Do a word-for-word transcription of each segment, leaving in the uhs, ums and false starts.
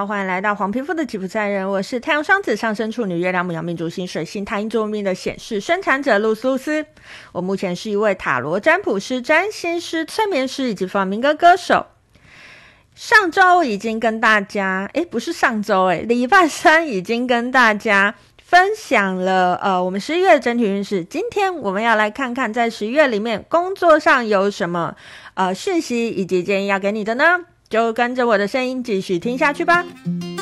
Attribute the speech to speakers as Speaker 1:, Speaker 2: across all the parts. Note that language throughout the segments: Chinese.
Speaker 1: 好，欢迎来到黄皮肤的吉普赛人，我是太阳双子上升处女月亮牡羊命主星水星太阴座命的显示生产者露丝露丝。我目前是一位塔罗占卜师、占星师、催眠师以及弗朗明哥歌手。上周已经跟大家诶不是上周诶礼拜三已经跟大家分享了呃我们十一月的整体运势。今天我们要来看看在十一月里面工作上有什么呃讯息以及建议要给你的呢，就跟着我的声音继续听下去吧。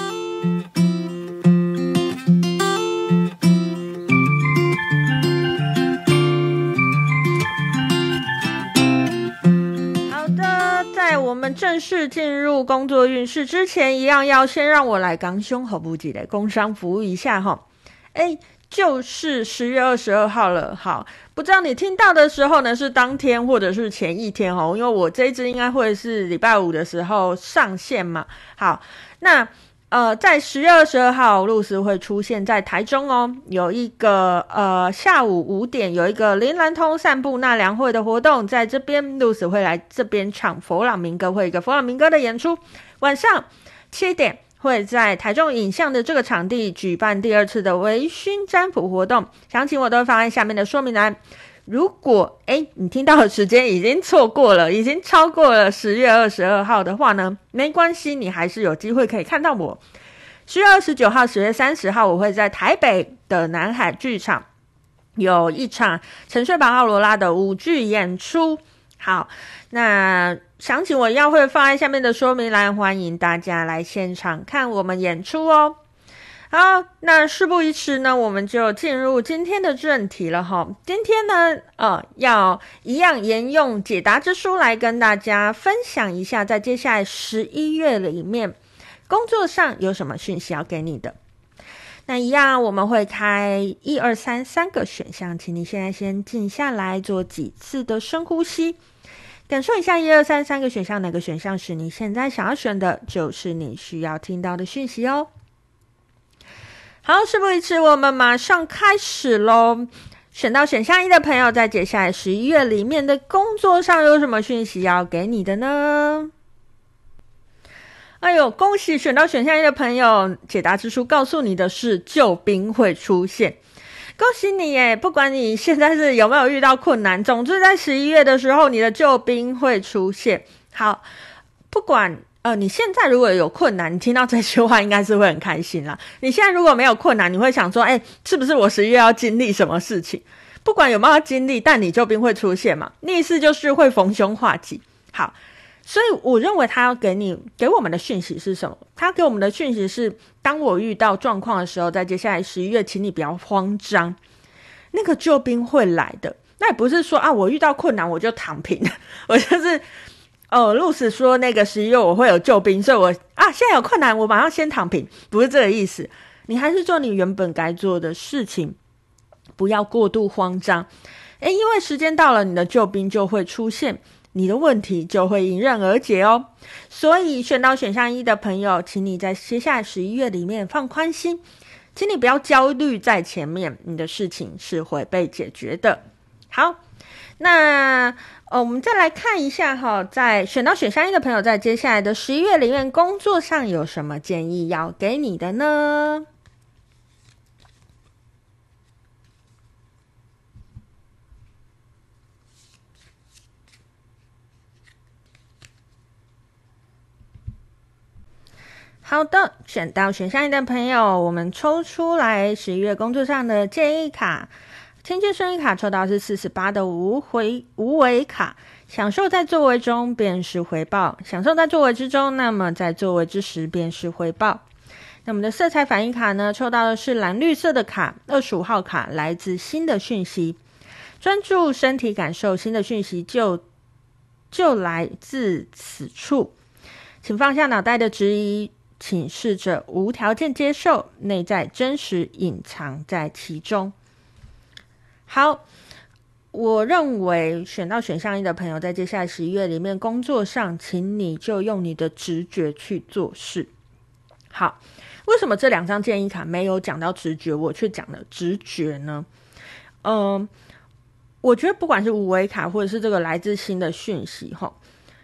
Speaker 1: 好的，在我们正式进入工作运势之前，一样要先让我来刚胸口部积累工商服务一下齁。哎，就是十月二十二号了。好，不知道你听到的时候呢是当天或者是前一天齁，因为我这一支应该会是礼拜五的时候上线嘛。好，那呃，在十月二十二号，露丝会出现在台中哦，有一个呃下午五点有一个林兰通散步纳凉会的活动，在这边露丝会来这边唱佛朗明哥，会有一个佛朗明哥的演出，晚上七点。会在台中影像的这个场地举办第二次的微醺占卜活动，详情我都会放在下面的说明栏。如果诶你听到的时间已经错过了，已经超过了十月二十二号的话呢，没关系，你还是有机会可以看到我。十月二十九号、十月三十号我会在台北的南海剧场有一场沉睡吧奥罗拉的舞剧演出。好，那详情我一样会放在下面的说明栏，欢迎大家来现场看我们演出哦。好，那事不宜迟呢，我们就进入今天的正题了齁。今天呢呃，要一样沿用解答之书来跟大家分享一下，在接下来十一月里面工作上有什么讯息要给你的。那一样我们会开一二三三个选项，请你现在先静下来做几次的深呼吸，感受一下一二三三个选项哪个选项是你现在想要选的，就是你需要听到的讯息哦。好，事不宜迟，我们马上开始咯。选到选项一的朋友，在接下来十一月里面的工作上有什么讯息要给你的呢？哎呦，恭喜选到选项一的朋友，解答之书告诉你的是救兵会出现，恭喜你耶！不管你现在是有没有遇到困难，总之在十一月的时候你的救兵会出现。好，不管呃你现在如果有困难，你听到这句话应该是会很开心啦。你现在如果没有困难，你会想说哎，是不是我十一月要经历什么事情？不管有没有经历，但你救兵会出现嘛，意思就是会逢凶化吉。好，所以我认为他要给你给我们的讯息是什么？他给我们的讯息是，当我遇到状况的时候，在接下来十一月请你不要慌张，那个救兵会来的。那也不是说啊我遇到困难我就躺平，我就是哦露丝说那个十一月我会有救兵，所以我啊现在有困难我马上先躺平，不是这个意思。你还是做你原本该做的事情，不要过度慌张。诶，因为时间到了，你的救兵就会出现，你的问题就会迎刃而解哦。所以选到选项一的朋友，请你在接下来十一月里面放宽心，请你不要焦虑在前面，你的事情是会被解决的。好，那呃，我们再来看一下哈，在选到选项一的朋友，在接下来的十一月里面工作上有什么建议要给你的呢？好的，选到选项一的朋友，我们抽出来十一月工作上的建议卡。天气顺利卡抽到是四十八的无回无为卡，享受在作为中便是回报，享受在作为之中，那么在作为之时便是回报。那我们的色彩反应卡呢，抽到的是蓝绿色的卡，二十五号卡，来自新的讯息，专注身体感受新的讯息就就来自此处，请放下脑袋的质疑，请试着无条件接受，内在真实隐藏在其中。好，我认为选到选项一的朋友，在接下来十一月里面工作上，请你就用你的直觉去做事。好，为什么这两张建议卡没有讲到直觉，我却讲了直觉呢？嗯、呃，我觉得不管是无为卡或者是这个来自新的讯息齁，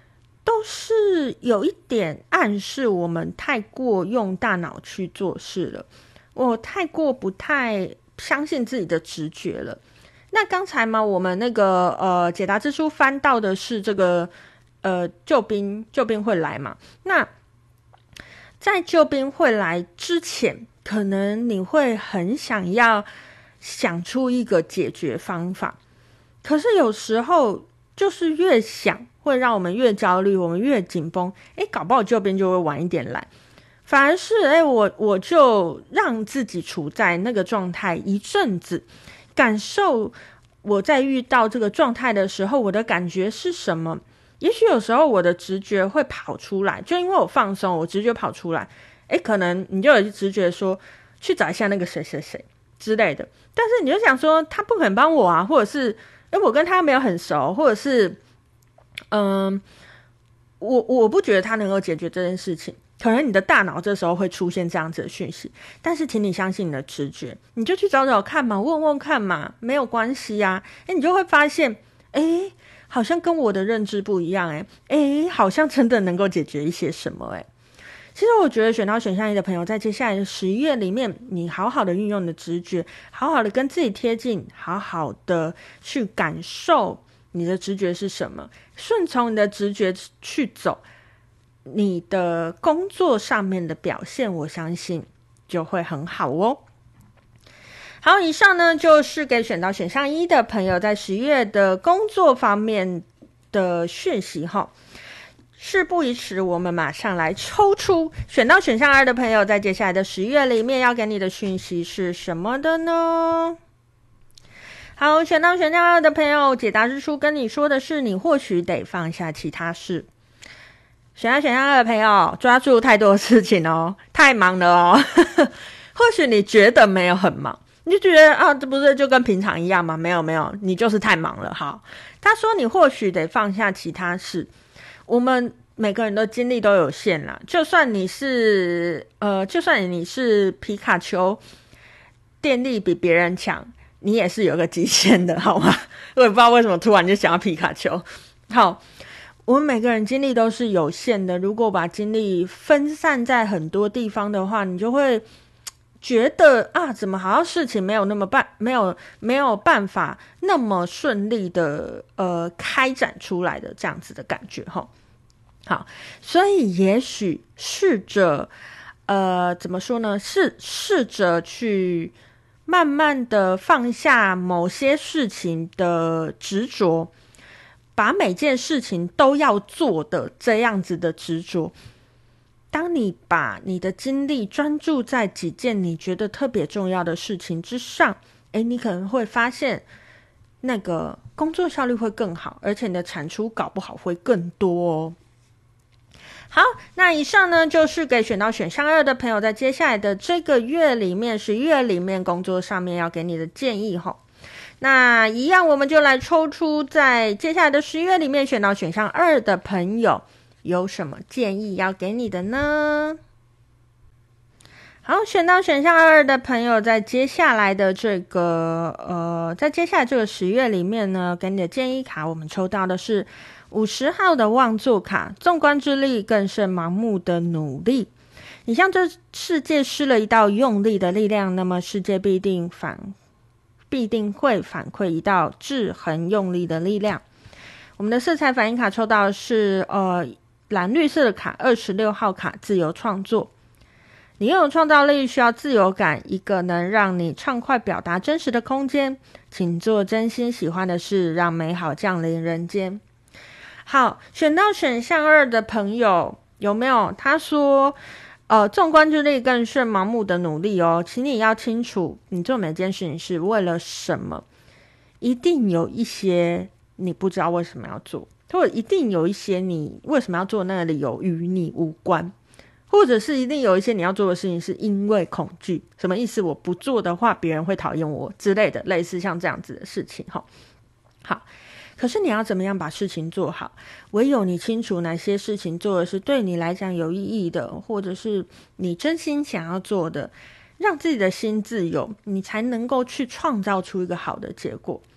Speaker 1: 都是有一点暗示我们太过用大脑去做事了，我太过不太相信自己的直觉了。那刚才嘛，我们那个呃解答之书翻到的是这个呃救兵救兵会来嘛，那在救兵会来之前，可能你会很想要想出一个解决方法，可是有时候就是越想会让我们越焦虑，我们越紧绷，诶，搞不好救兵就会晚一点来，反而是诶，我我就让自己处在那个状态一阵子，感受我在遇到这个状态的时候，我的感觉是什么。也许有时候我的直觉会跑出来，就因为我放松，我直觉跑出来，诶，可能你就有直觉说去找一下那个谁谁谁之类的，但是你就想说他不肯帮我啊，或者是诶我跟他没有很熟，或者是嗯，我我不觉得他能够解决这件事情，可能你的大脑这时候会出现这样子的讯息，但是请你相信你的直觉，你就去找找看嘛，问问看嘛，没有关系啊。诶你就会发现诶好像跟我的认知不一样，诶诶好像真的能够解决一些什么。诶其实我觉得选到选项一的朋友，在接下来的十一月里面，你好好的运用你的直觉，好好的跟自己贴近，好好的去感受你的直觉是什么，顺从你的直觉去走，你的工作上面的表现，我相信就会很好哦。好，以上呢就是给选到选项一的朋友在十月的工作方面的讯息哈。事不宜迟，我们马上来抽出选到选项二的朋友在接下来的十月里面要给你的讯息是什么的呢？好，选到选项二的朋友，解答之书跟你说的是你或许得放下其他事。选到选项二的朋友，抓住太多事情哦，太忙了哦或许你觉得没有很忙，你就觉得啊，这不是就跟平常一样吗？没有没有，你就是太忙了。好，他说你或许得放下其他事。我们每个人的精力都有限啦，就算你是呃，就算你是皮卡丘，电力比别人强，你也是有个极限的，好吗？我也不知道为什么突然就想要皮卡丘。好，我们每个人精力都是有限的，如果把精力分散在很多地方的话，你就会觉得啊，怎么好像事情没有那么办，没有没有办法那么顺利的呃开展出来的这样子的感觉哈。好，所以也许试着呃怎么说呢？试试着去慢慢的放下某些事情的执着，把每件事情都要做的这样子的执着。当你把你的精力专注在几件你觉得特别重要的事情之上，诶，你可能会发现那个工作效率会更好，而且你的产出搞不好会更多哦。好，那以上呢就是给选到选项二的朋友在接下来的这个月里面，十一月里面工作上面要给你的建议齁。那一样我们就来抽出在接下来的十一月里面选到选项二的朋友有什么建议要给你的呢？好，选到选项二的朋友在接下来的这个呃，在接下来这个十月里面呢，给你的建议卡我们抽到的是五十号的望座卡，纵观之力更胜盲目的努力。你向这世界施了一道用力的力量，那么世界必定反必定会反馈一道制衡用力的力量。我们的色彩反应卡抽到的是呃蓝绿色的卡，二十六号卡，自由创作。你拥有创造力，需要自由感，一个能让你畅快表达真实的空间。请做真心喜欢的事，让美好降临人间。好，选到选项二的朋友有没有？他说呃，纵观之力更胜盲目的努力哦，请你要清楚你做每件事情是为了什么。一定有一些你不知道为什么要做，或者一定有一些你为什么要做那个理由与你无关，或者是一定有一些你要做的事情是因为恐惧。什么意思？我不做的话别人会讨厌我之类的，类似像这样子的事情。好，可是你要怎么样把事情做好？唯有你清楚哪些事情做的是对你来讲有意义的，或者是你真心想要做的，让自己的心自由，你才能够去创造出一个好的结果。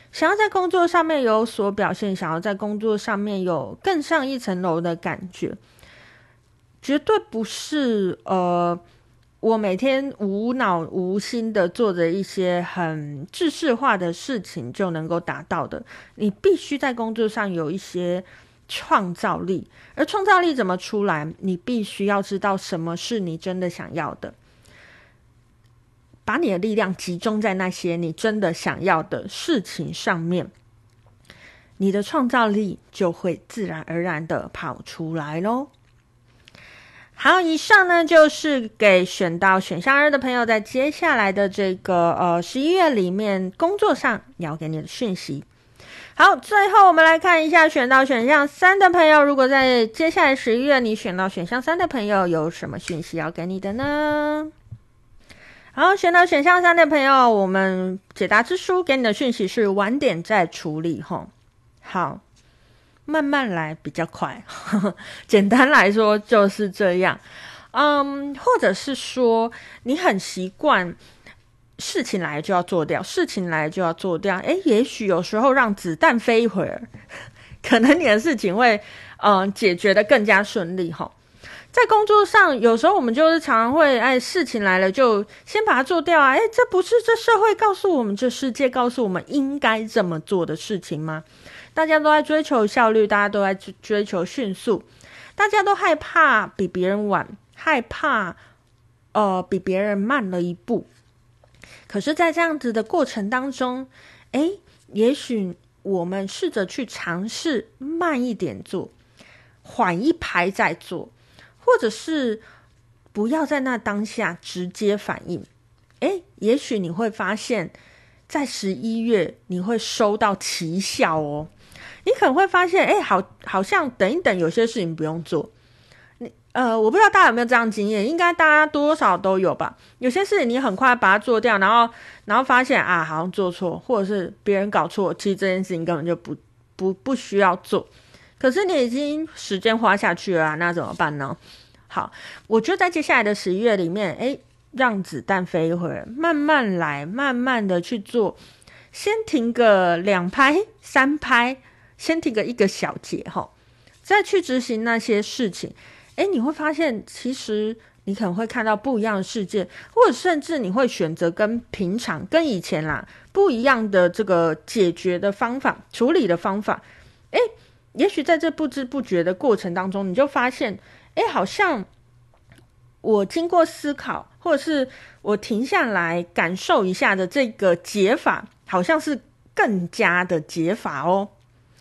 Speaker 1: 想要在工作上面有所表现，想要在工作上面有更上一层楼的感觉，绝对不是呃，我每天无脑无心的做着一些很制式化的事情就能够达到的。你必须在工作上有一些创造力，而创造力怎么出来？你必须要知道什么是你真的想要的，把你的力量集中在那些你真的想要的事情上面，你的创造力就会自然而然的跑出来咯。好，以上呢就是给选到选项二的朋友在接下来的这个呃十一月里面工作上要给你的讯息。好，最后我们来看一下选到选项三的朋友，如果在接下来十一月你选到选项三的朋友有什么讯息要给你的呢？好，选到选项三的朋友，我们解答之书给你的讯息是晚点再处理吼。好，慢慢来比较快，简单来说就是这样。嗯，或者是说你很习惯事情来就要做掉，事情来就要做掉，诶，也许有时候让子弹飞一会儿，可能你的事情会嗯解决的更加顺利吼。在工作上，有时候我们就是常常会，哎，事情来了就先把它做掉啊，哎，这不是这社会告诉我们，这世界告诉我们应该这么做的事情吗？大家都在追求效率，大家都在追求迅速，大家都害怕比别人晚，害怕呃比别人慢了一步。可是在这样子的过程当中，哎，也许我们试着去尝试慢一点做，缓一拍再做，或者是不要在那当下直接反应。诶，也许你会发现在十一月你会收到奇效哦。你可能会发现，诶，好好像等一等有些事情不用做。你呃，我不知道大家有没有这样经验，应该大家多多少少都有吧。有些事情你很快把它做掉，然后然后发现啊，好像做错，或者是别人搞错，其实这件事情根本就不不不需要做。可是你已经时间花下去了啊，那怎么办呢？好，我就在接下来的十一月里面，诶，让子弹飞一会儿，慢慢来，慢慢的去做，先停个两拍、三拍，先停个一个小节齁，再去执行那些事情。诶，你会发现，其实你可能会看到不一样的世界，或者甚至你会选择跟平常、跟以前啦不一样的这个解决的方法、处理的方法。诶，也许在这不知不觉的过程当中，你就发现，诶，好像我经过思考，或者是我停下来感受一下的这个解法，好像是更加的解法哦。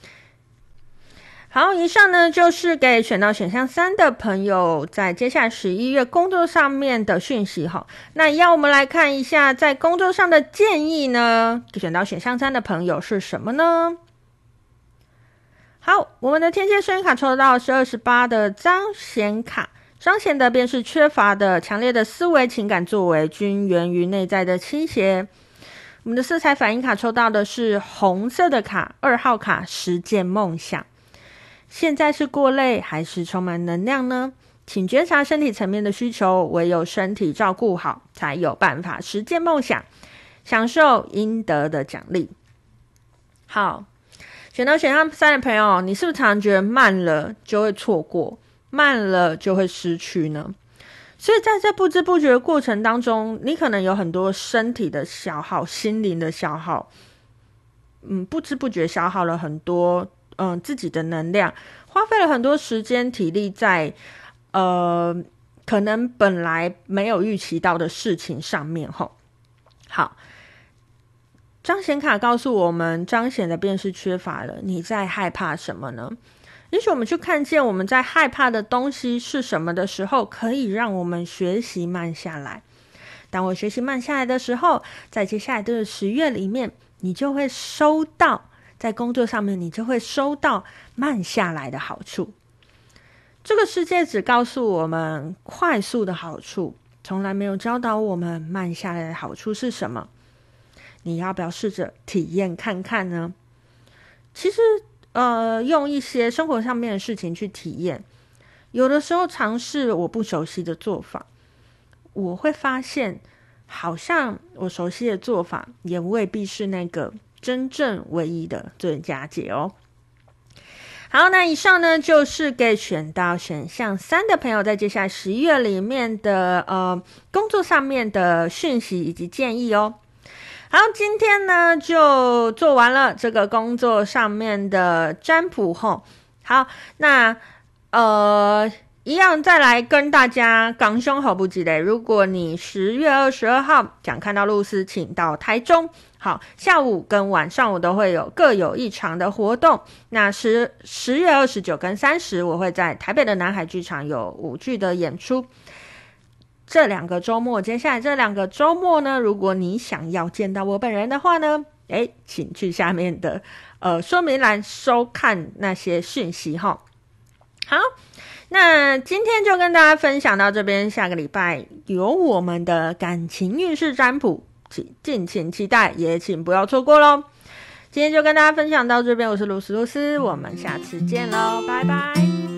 Speaker 1: 好，以上呢就是给选到选项三的朋友在接下来十一月工作上面的讯息哈。那要我们来看一下在工作上的建议呢，选到选项三的朋友是什么呢？好，我们的天蝎声卡抽到是二十八的彰显卡，彰显的便是缺乏的强烈的思维情感作为，均源于内在的倾斜。我们的色彩反应卡抽到的是红色的卡，二号卡实践梦想。现在是过累还是充满能量呢？请觉察身体层面的需求，唯有身体照顾好，才有办法实践梦想，享受应得的奖励。好，选到选项三的朋友，你是不是常常觉得慢了就会错过，慢了就会失去呢？所以在这不知不觉的过程当中，你可能有很多身体的消耗，心灵的消耗，嗯，不知不觉消耗了很多嗯自己的能量，花费了很多时间体力在呃可能本来没有预期到的事情上面吼。好，彰显卡告诉我们，彰显的便是缺乏了，你在害怕什么呢？也许我们去看见我们在害怕的东西是什么的时候，可以让我们学习慢下来。当我学习慢下来的时候，在接下来的十月里面，你就会收到，在工作上面你就会收到慢下来的好处。这个世界只告诉我们快速的好处，从来没有教导我们慢下来的好处是什么。你要不要试着体验看看呢？其实呃，用一些生活上面的事情去体验，有的时候尝试我不熟悉的做法，我会发现好像我熟悉的做法也未必是那个真正唯一的最佳解哦。好，那以上呢就是给选到选项三的朋友在接下来十一月里面的呃工作上面的讯息以及建议哦。好，今天呢就做完了这个工作上面的占卜吼。好，那呃一样再来跟大家讲胸好不记得，如果你十月二十二号想看到露丝，请到台中。好，下午跟晚上我都会有各有一场的活动。那十十月二十九跟三十，我会在台北的南海剧场有舞剧的演出。这两个周末，接下来这两个周末呢，如果你想要见到我本人的话呢，诶，请去下面的呃说明栏收看那些讯息齁。好，那今天就跟大家分享到这边，下个礼拜有我们的感情运势占卜，请敬请期待，也请不要错过咯。今天就跟大家分享到这边，我是露丝露丝，我们下次见咯，拜拜。